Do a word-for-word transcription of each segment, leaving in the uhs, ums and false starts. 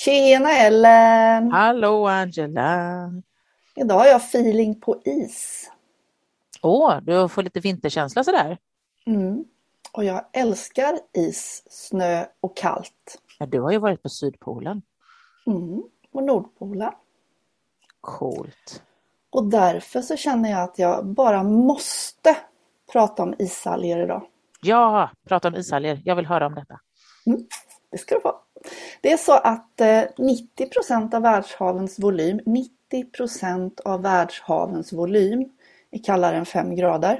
Tjena Ellen! Hallå Angela! Idag har jag feeling på is. Åh, du får lite vinterkänsla sådär. Mm. Och jag älskar is, snö och kallt. Ja, du har ju varit på Sydpolen. Mm. Och Nordpolen. Coolt. Och därför så känner jag att jag bara måste prata om isalger idag. Ja, prata om isalger. Jag vill höra om detta. Mm. Det ska du få. Det är så att eh, nittio procent av världshavens volym, nittio procent av världshavens volym är kallare än fem grader.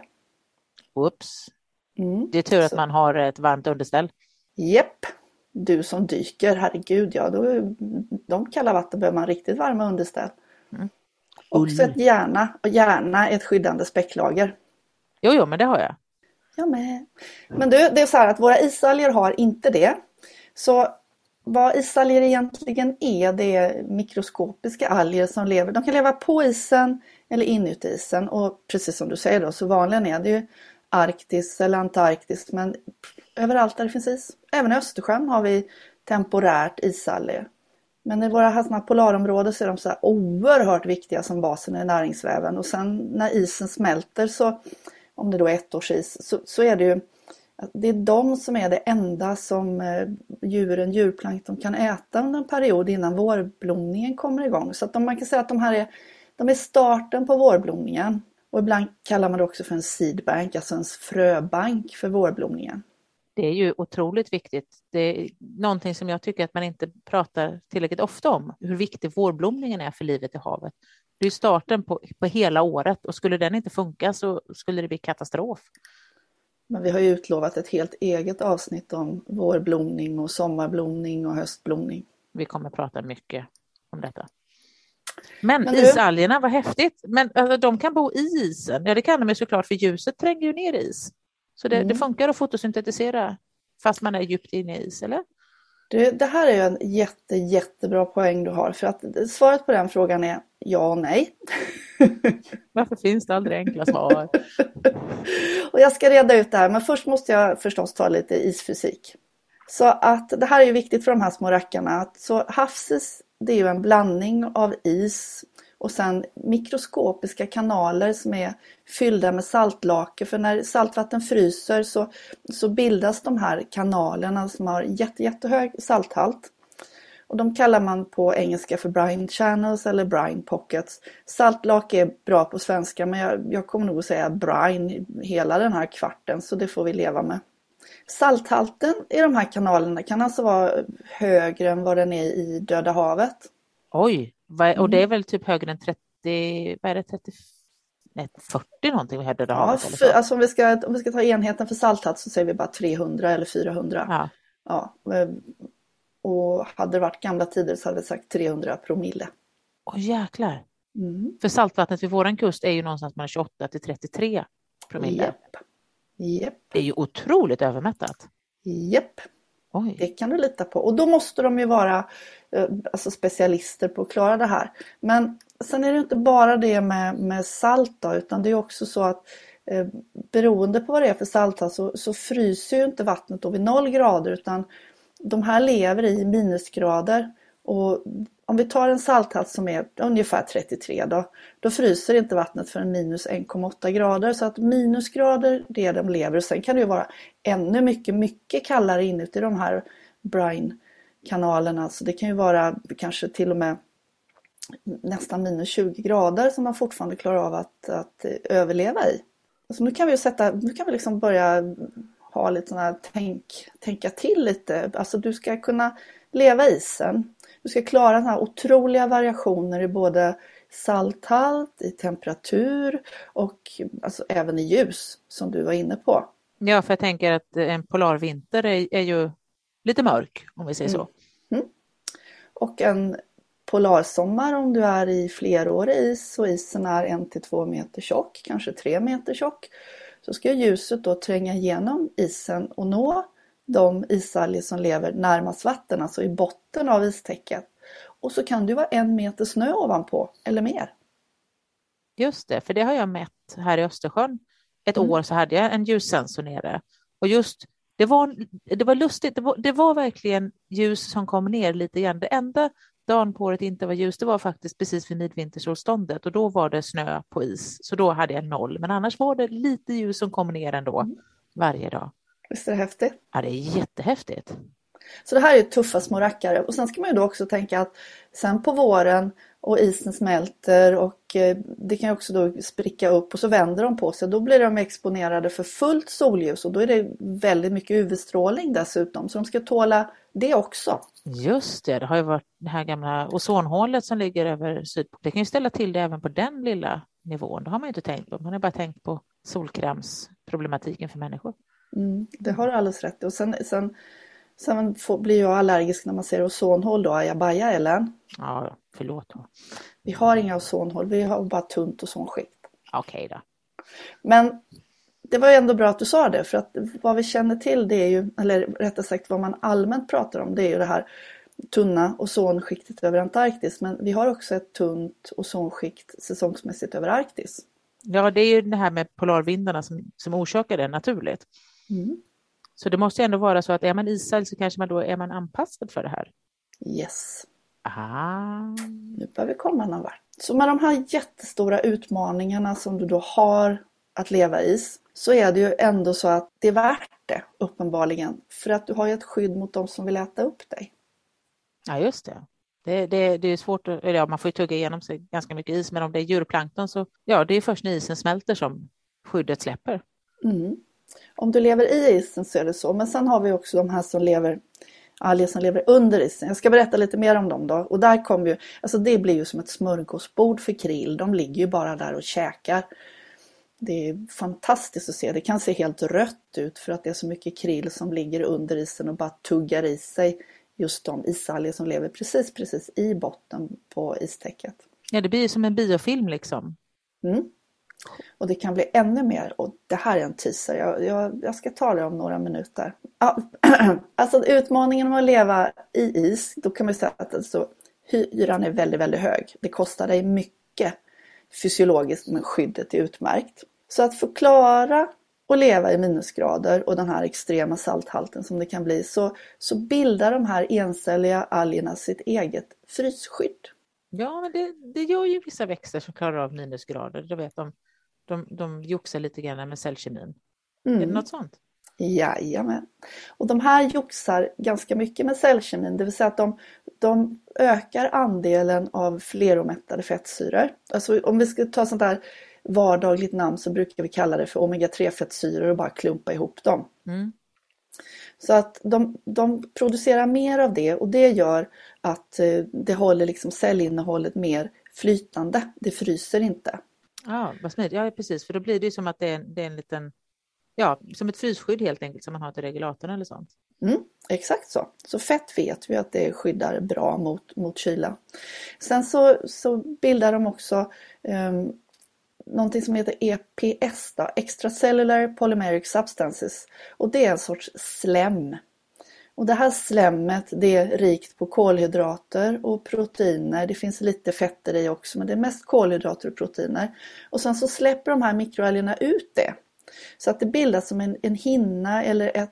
Oops. Mm. Det är tur att Så. man har ett varmt underställ. Jepp, du som dyker, herregud ja, då, de kalla vatten behöver man riktigt varma underställ. Mm. Också ett gärna, och gärna ett skyddande späcklager. Jo, jo, men det har jag. Jag med. Men du, det är så här att våra isalger har inte det. Så vad isalger egentligen är, det är mikroskopiska alger som lever. De kan leva på isen eller inuti isen. Och precis som du säger då, så vanligen är det ju Arktis eller Antarktis, men överallt där det finns is. Även i Östersjön har vi temporärt isalger. Men i våra här polarområden så är de så här oerhört viktiga som basen i näringsväven. Och sen när isen smälter, så om det då är ettårsis, så, så är det ju det är de som är det enda som djuren, djurplankton kan äta under en period innan vårblomningen kommer igång. Så att de, man kan säga att de här är, de är starten på vårblomningen. Och ibland kallar man det också för en seedbank, alltså en fröbank för vårblomningen. Det är ju otroligt viktigt. Det är någonting som jag tycker att man inte pratar tillräckligt ofta om. Hur viktig vårblomningen är för livet i havet. Det är starten på, på hela året, och skulle den inte funka så skulle det bli katastrof. Men vi har ju utlovat ett helt eget avsnitt om vårblomning och sommarblomning och höstblomning. Vi kommer prata mycket om detta. Men, Men du... isalgerna var häftigt. Men alltså, de kan bo i isen. Ja, det kan de ju såklart, för ljuset tränger ju ner i is. Så det, mm. det funkar att fotosyntetisera fast man är djupt inne i is, eller? Det, det här är ju en jätte, jättebra poäng du har. För att svaret på den frågan är ja och nej. Varför finns det aldrig enkla svar? Och jag ska reda ut det här, men först måste jag förstås ta lite isfysik. Så att det här är ju viktigt för de här små rackarna. Så havsis, det är ju en blandning av is och sen mikroskopiska kanaler som är fyllda med saltlake. För när saltvatten fryser så, så bildas de här kanalerna som har jätte, jättehög salthalt. Och de kallar man på engelska för brine channels eller brine pockets. Saltlake är bra på svenska, men jag, jag kommer nog att säga brine hela den här kvarten, så det får vi leva med. Salthalten i de här kanalerna kan alltså vara högre än vad den är i Döda havet. Oj, och det är väl typ högre än trettio, vad är det, trettio, nej, fyrtio någonting vi har Döda havet? Ja, för, alltså om vi, ska, om vi ska ta enheten för salthalt så säger vi bara trehundra eller fyrahundra. Ja. Ja, och hade det varit gamla tider så hade vi sagt trehundra promille. Åh jäklar. Mm. För saltvattnet vid våran kust är ju någonstans mellan tjugoåtta till trettiotre promille. Japp. Japp. Det är ju otroligt övermättat. Japp. Oj. Det kan du lita på. Och då måste de ju vara alltså specialister på att klara det här. Men sen är det inte bara det med, med salt då, utan det är också så att eh, beroende på vad det är för salt så, så fryser ju inte vattnet då vid noll grader, utan de här lever i minusgrader. Och om vi tar en salthalt som är ungefär trettiotre då, då fryser inte vattnet för en minus en komma åtta grader. Så att minusgrader, det är de lever. Och sen kan det ju vara ännu mycket, mycket kallare inuti de här brine-kanalerna. Så det kan ju vara kanske till och med nästan minus tjugo grader som man fortfarande klarar av att, att överleva i. Så nu kan vi ju sätta, nu kan vi liksom börja ha lite sån här tänk, tänka till lite. Alltså du ska kunna leva i isen. Du ska klara såna här otroliga variationer i både salthalt, i temperatur och alltså även i ljus som du var inne på. Ja, för jag tänker att en polarvinter är, är ju lite mörk, om vi säger så. Mm. Mm. Och en polarsommar, om du är i flerårig is och isen är en till två meter tjock, kanske tre meter tjock, så ska ljuset då tränga igenom isen och nå de isalger som lever närmast vatten, alltså i botten av istäcket. Och så kan det vara en meter snö ovanpå eller mer. Just det, för det har jag mätt här i Östersjön. Ett mm. år så hade jag en ljussensor nere. Och just det var, det var lustigt, det var, det var verkligen ljus som kom ner lite grann. Det enda dagen på året inte var ljus, det var faktiskt precis vid midvintersolståndet och då var det snö på is, så då hade jag noll. Men annars var det lite ljus som kom ner ändå mm. varje dag. Visst är det häftigt? Ja, det är jättehäftigt. Så det här är ju tuffa små rackare. Och sen ska man ju då också tänka att sen på våren och isen smälter och det kan ju också då spricka upp och så vänder de på sig. Då blir de exponerade för fullt solljus och då är det väldigt mycket U V-strålning dessutom. Så de ska tåla det också. Just det, det har ju varit det här gamla ozonhålet som ligger över Sydpolen. Det kan ju ställa till det även på den lilla nivån. Det har man ju inte tänkt på. Man har bara tänkt på solkrämsproblematiken för människor. Mm, det har du alldeles rätt. Och sen... sen Sen får, blir jag allergisk när man ser ozonhål då, ajabaja Ellen. Ja, förlåt. Vi har inga ozonhål, vi har bara tunt ozonskikt. Okej okay då. Men det var ju ändå bra att du sa det, för att vad vi känner till det är ju, eller rättare sagt vad man allmänt pratar om, det är ju det här tunna ozonskiktet över Antarktis. Men vi har också ett tunt ozonskikt säsongsmässigt över Arktis. Ja, det är ju det här med polarvindarna som, som orsakar det naturligt. Mm. Så det måste ändå vara så att är man ishall så kanske man då är man anpassad för det här. Yes. Aha. Nu börjar vi komma någon vart. Så med de här jättestora utmaningarna som du då har att leva i, så är det ju ändå så att det är värt det uppenbarligen. För att du har ju ett skydd mot de som vill äta upp dig. Ja, just det. Det, det, det är svårt att, ja, man får ju tugga igenom sig ganska mycket is, men om det är djurplankton så ja, det är först när isen smälter som skyddet släpper. Mm. Om du lever i isen så är det så. Men sen har vi också de här som lever, alger som lever under isen. Jag ska berätta lite mer om dem då. Och där kommer ju, alltså det blir ju som ett smörgåsbord för krill. De ligger ju bara där och käkar. Det är fantastiskt att se. Det kan se helt rött ut för att det är så mycket krill som ligger under isen och bara tuggar i sig just de isalger som lever precis, precis i botten på istäcket. Ja, det blir ju som en biofilm liksom. Mm. Och det kan bli ännu mer. Och det här är en teaser. Jag, jag, jag ska ta det om några minuter. Ah, alltså utmaningen med att leva i is. Då kan man säga att alltså, hyran är väldigt, väldigt hög. Det kostar dig mycket fysiologiskt, men skyddet är utmärkt. Så att förklara och leva i minusgrader och den här extrema salthalten som det kan bli. Så, så bildar de här encelliga algerna sitt eget frysskydd. Ja, men det, det gör ju vissa växter som klarar av minusgrader. Du vet, de, de, de joxar lite grann med cellkemin. Mm. Är det något sånt? Jajamän. Och de här joxar ganska mycket med cellkemin. Det vill säga att de, de ökar andelen av fleromättade fettsyror. Alltså om vi ska ta sånt där vardagligt namn så brukar vi kalla det för omega tre fettsyror och bara klumpa ihop dem. Mm. Så att de, de producerar mer av det och det gör att det håller liksom cellinnehållet mer flytande. Det fryser inte. Ja, vad smidigt. Ja, precis. För då blir det ju som att det är, det är en liten, ja, som ett frysskydd helt enkelt som man har till regulatorn eller sånt. Mm, exakt så. Så fett vet vi att det skyddar bra mot, mot kyla. Sen så, så bildar de också um, någonting som heter E P S då, Extracellular Polymeric Substances. Och det är en sorts slem. Och det här slemmet det är rikt på kolhydrater och proteiner. Det finns lite fetter i också, men det är mest kolhydrater och proteiner. Och sen så släpper de här mikroalgerna ut det. Så att det bildas som en, en hinna eller ett,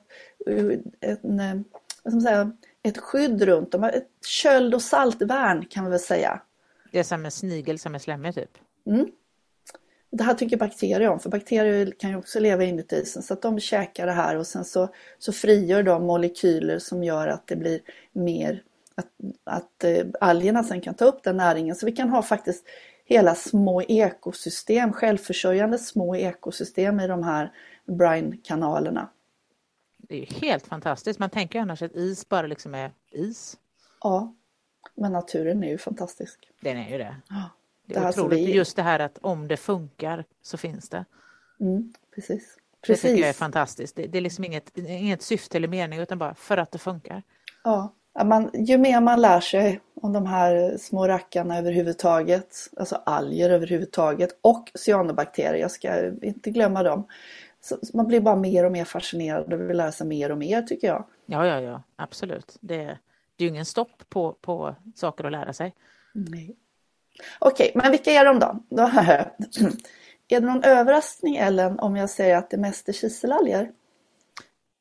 en, vad ska man säga, ett skydd runt dem. Ett köld- och saltvärn kan man väl säga. Det är som en snigel som är slemmig typ. Mm. Det här tycker bakterier om, för bakterier kan ju också leva inuti isen. Så att de käkar det här och sen så, så frigör de molekyler som gör att det blir mer, att, att äh, algerna sen kan ta upp den näringen. Så vi kan ha faktiskt hela små ekosystem, självförsörjande små ekosystem i de här brine-kanalerna. Det är ju helt fantastiskt. Man tänker ju annars att is bara liksom är is. Ja, men naturen är ju fantastisk. Den är ju det. Ja. Det är det otroligt. Vi... Just det här att om det funkar så finns det. Mm, precis. precis. Det tycker jag är fantastiskt. Det, det är liksom inget, inget syfte eller mening utan bara för att det funkar. Ja, man, ju mer man lär sig om de här små rackarna överhuvudtaget, alltså alger överhuvudtaget och cyanobakterier, jag ska inte glömma dem. Så man blir bara mer och mer fascinerad och vill lära sig mer och mer tycker jag. Ja, ja, ja, absolut. Det, det är ju ingen stopp på, på saker att lära sig. Nej. Okej, men vilka är de då? då är det någon överraskning Ellen om jag säger att det mest är kiselalger?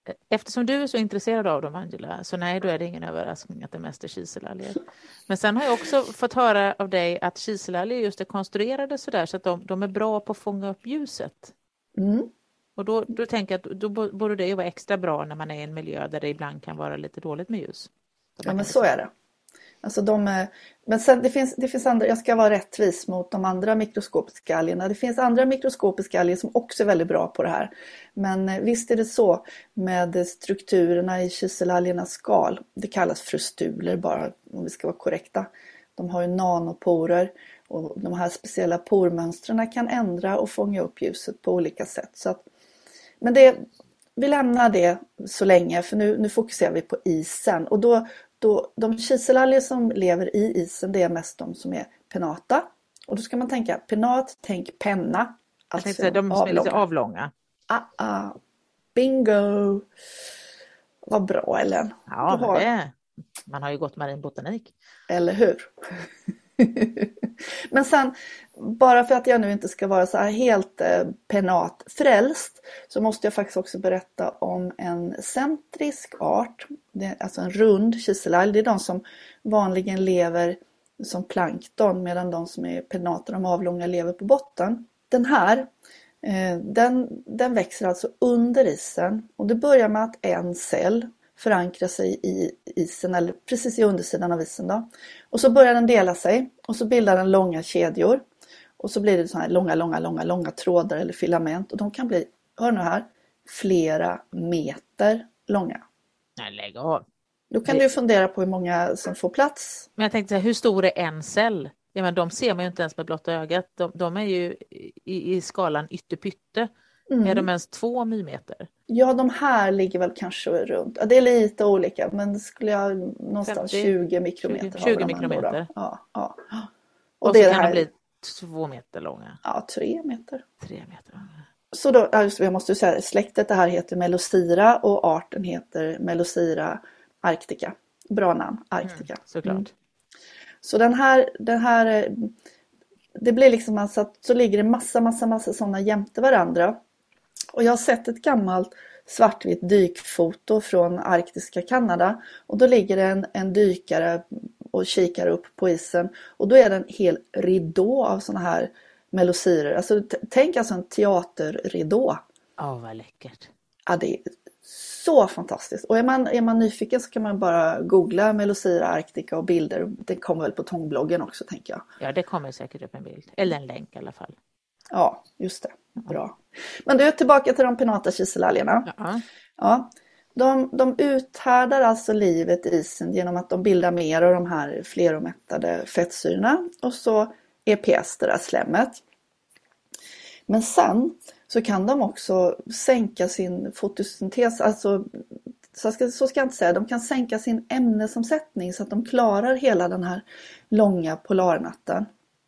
eftersom du är så intresserad av dem, Angela, så nej, då är det ingen överraskning att det mest är kiselalger. Men sen har jag också fått höra av dig att kiselalger just är konstruerade så där så att de, de är bra på att fånga upp ljuset. Mm. Och då, då tänker jag att då borde det ju vara extra bra när man är i en miljö där det ibland kan vara lite dåligt med ljus. Ja, men så är det. Alltså de är, men sen det finns, det finns andra, jag ska vara rättvis mot de andra mikroskopiska algerna. Det finns andra mikroskopiska alger som också är väldigt bra på det här. Men visst är det så med strukturerna i kiselalgernas skal. Det kallas frustuler bara om vi ska vara korrekta. De har ju nanoporer och de här speciella pormönstren kan ändra och fånga upp ljuset på olika sätt. Så att, men det, vi lämnar det så länge för nu, nu fokuserar vi på isen. Och då Då, de kiselalger som lever i isen, det är mest de som är penata. Och då ska man tänka penat, tänk penna. Alltså jag tänkte de som är lite avlånga. Ah, ah. Bingo! Vad bra, Ellen. Ja, har... det. Man har ju gått marinbotanik. Eller hur? Men sen, bara för att jag nu inte ska vara så här helt eh, penatfrälst, så måste jag faktiskt också berätta om en centrisk art. Det är alltså en rund kiselalg. Det är de som vanligen lever som plankton, medan de som är penater, de avlånga, lever på botten. Den här, eh, den, den växer alltså under isen. Och det börjar med att en cell förankrar sig i isen, eller precis i undersidan av isen då. Och så börjar den dela sig och så bildar den långa kedjor. Och så blir det så här långa, långa, långa, långa trådar eller filament. Och de kan bli, hör nu här, flera meter långa. Nej, lägg av. Då kan det... du fundera på hur många som får plats. Men jag tänkte, hur stor är en cell? Ja, men de ser man ju inte ens med blotta ögat. De, de är ju i, i skalan ytterpytte. Mm. Är de ens två mymeter? Ja, de här ligger väl kanske runt. Det är lite olika, men skulle jag någonstans femtio, tjugo mikrometer. tjugo, tjugo mikrometer. Ja, ja. Och, och det så kan här... de bli två meter långa. Ja, tre meter. Tre meter långa. Så då, just, jag måste säga, släktet det här heter Melosira och arten heter Melosira arctica. Bra namn, arctica. Mm, såklart. Mm. Så den här, den här, det blir liksom alltså att så ligger det massa, massa, massa sådana jämte varandra. Och jag har sett ett gammalt svartvitt dykfoto från arktiska Kanada. Och då ligger det en, en dykare och kikar upp på isen. Och då är det en hel ridå av sådana här melosirer. Alltså, t- tänk alltså en teaterridå. Ja, oh, vad läckert. Ja, det är så fantastiskt. Och är man, är man nyfiken så kan man bara googla Melosira arctica och bilder. Det kommer väl på Tångbloggen också, tänker jag. Ja, det kommer säkert upp en bild. Eller en länk i alla fall. Ja, just det. Bra. Men du, tillbaka till de penata kiselalgerna. Ja. Ja, de, de uthärdar alltså livet i isen genom att de bildar mer av de här fleromättade fettsyrorna. Och så E P S, det där slemmet. Men sen så kan de också sänka sin fotosyntes. Alltså, så ska, så ska jag inte säga. De kan sänka sin ämnesomsättning så att de klarar hela den här långa polarnatten.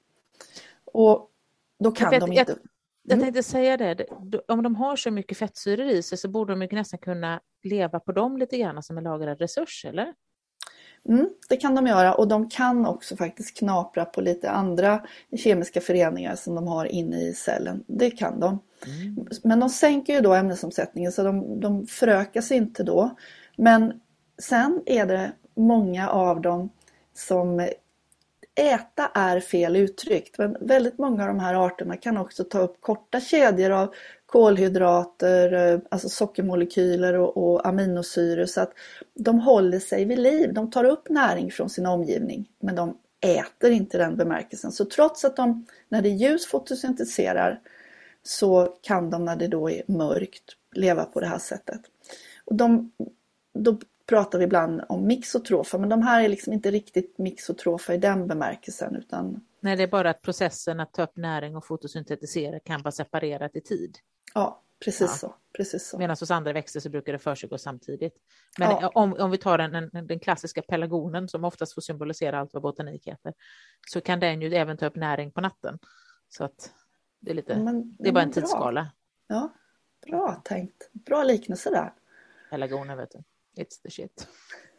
Och då kan vet, de inte... Jag, jag tänkte säga det. Om de har så mycket fettsyror i sig så borde de nästan kunna leva på dem lite grann som en lagrad resurs, eller? Mm, det kan de göra, och de kan också faktiskt knapra på lite andra kemiska föreningar som de har inne i cellen. Det kan de. Mm. Men de sänker ju då ämnesomsättningen så de, de förökas inte då. Men sen är det många av dem som... Äta är fel uttryckt, men väldigt många av de här arterna kan också ta upp korta kedjor av kolhydrater, alltså sockermolekyler och, och aminosyror, så att de håller sig vid liv. De tar upp näring från sin omgivning, men de äter inte den bemärkelsen. Så trots att de, när det är ljus, fotosynteserar, så kan de när det då är mörkt leva på det här sättet. Och de, då pratar vi ibland om mixotrofa, men de här är liksom inte riktigt mixotrofa i den bemärkelsen. Utan... Nej, det är bara att processen att ta upp näring och fotosyntetisera kan vara separerat i tid. Ja, precis ja. så. Precis så. Medan hos andra växter så brukar det försiggå samtidigt. Men ja. om, om vi tar den, den, den klassiska pelargonen som oftast får symbolisera allt vad botanik heter, så kan den ju även ta upp näring på natten. Så att det är lite, men, det är bara en bra. tidsskala. Ja, bra tänkt. Bra liknelse där. Pelargoner, vet du. It's the shit.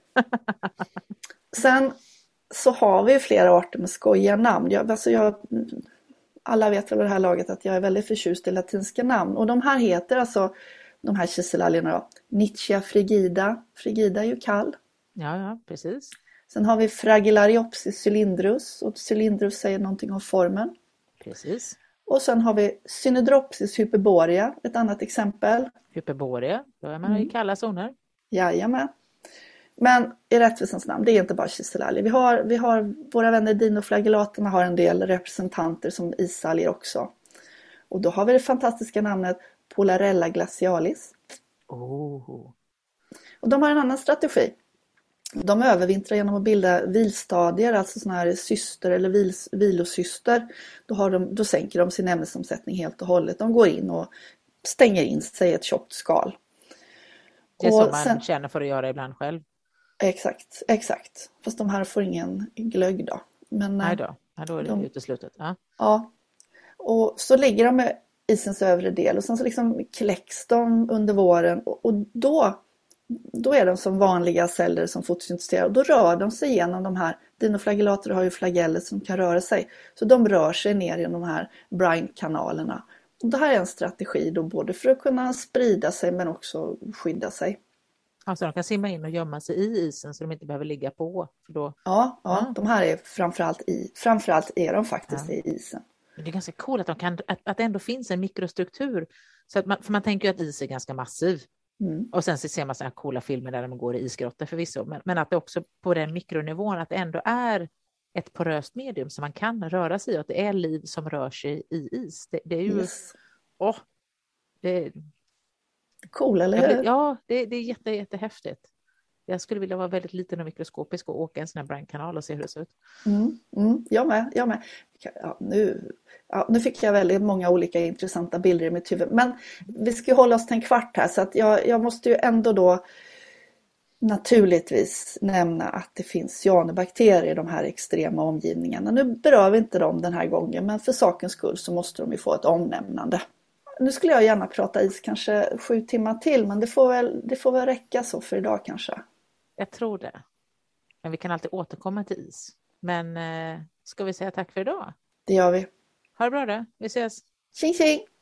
Sen så har vi flera arter med skojiga namn. Jag, alltså jag, alla vet väl det här laget att jag är väldigt förtjust i latinska namn. Och de här heter alltså de här kiselalgerna då. Nitzschia frigida. Frigida är ju kall. Ja, ja, precis. Sen har vi Fragilariopsis cylindrus. Och cylindrus säger någonting om formen. Precis. Och sen har vi Synodropsis hyperborea. Ett annat exempel. Hyperborea, då är man mm. i kalla zoner. Jajamän. Men i rättvisans namn, det är inte bara kiselalger. Vi har, vi har våra vänner dinoflagellaterna har en del representanter som isalger också. Och då har vi det fantastiska namnet Polarella glacialis. Oh. Och de har en annan strategi. De övervintrar genom att bilda vilstadier, alltså såna här cyster eller vil, vilocyster. Då, har de, då sänker de sin ämnesomsättning helt och hållet. De går in och stänger in sig i ett tjockt skal. Det är och så man sen, känner för att göra ibland själv. Exakt, exakt. Fast de här får ingen glögg då. Men, Nej då, ja, då är det de, uteslutet. Ja. ja. Och så ligger de med isens övre del och sen så liksom kläcks de under våren. Och, och då, då är de som vanliga celler som fotosynteserar. Och då rör de sig igenom de här, dinoflagellater har ju flageller som kan röra sig. Så de rör sig ner genom de här brine-kanalerna. Och det här är en strategi då både för att kunna sprida sig men också skydda sig. Alltså de kan simma in och gömma sig i isen så de inte behöver ligga på. För då... ja, ja, ja, de här är framförallt i, framförallt är de faktiskt ja. i isen. Det är ganska coolt att, de kan, att, att det ändå finns en mikrostruktur. Så att man, för man tänker ju att is är ganska massiv. Mm. Och sen så ser man sådana här coola filmer där de går i isgrottor förvisso. Men, men att det också på den mikronivån att det ändå är ett poröst medium som man kan röra sig i. Och att det är liv som rör sig i is. Det, det är ju... Yes. Åh, det cool, eller hur? Ja, det, det är jätte, jättehäftigt. Jag skulle vilja vara väldigt liten och mikroskopisk och åka en sån här brandkanal och se hur det ser ut. Mm, mm, jag med, jag med. Ja, nu, ja, nu fick jag väldigt många olika intressanta bilder i mitt huvud. Men vi ska hålla oss till en kvart här så att jag, jag måste ju ändå då naturligtvis nämna att det finns cyanobakterier i de här extrema omgivningarna. Nu berör vi inte dem den här gången men för sakens skull så måste de ju få ett omnämnande. Nu skulle jag gärna prata is kanske sju timmar till men det får väl, det får väl räcka så för idag kanske. Jag tror det. Men vi kan alltid återkomma till is. Men eh, ska vi säga tack för idag? Det gör vi. Ha det bra då. Vi ses. Tjing tjing!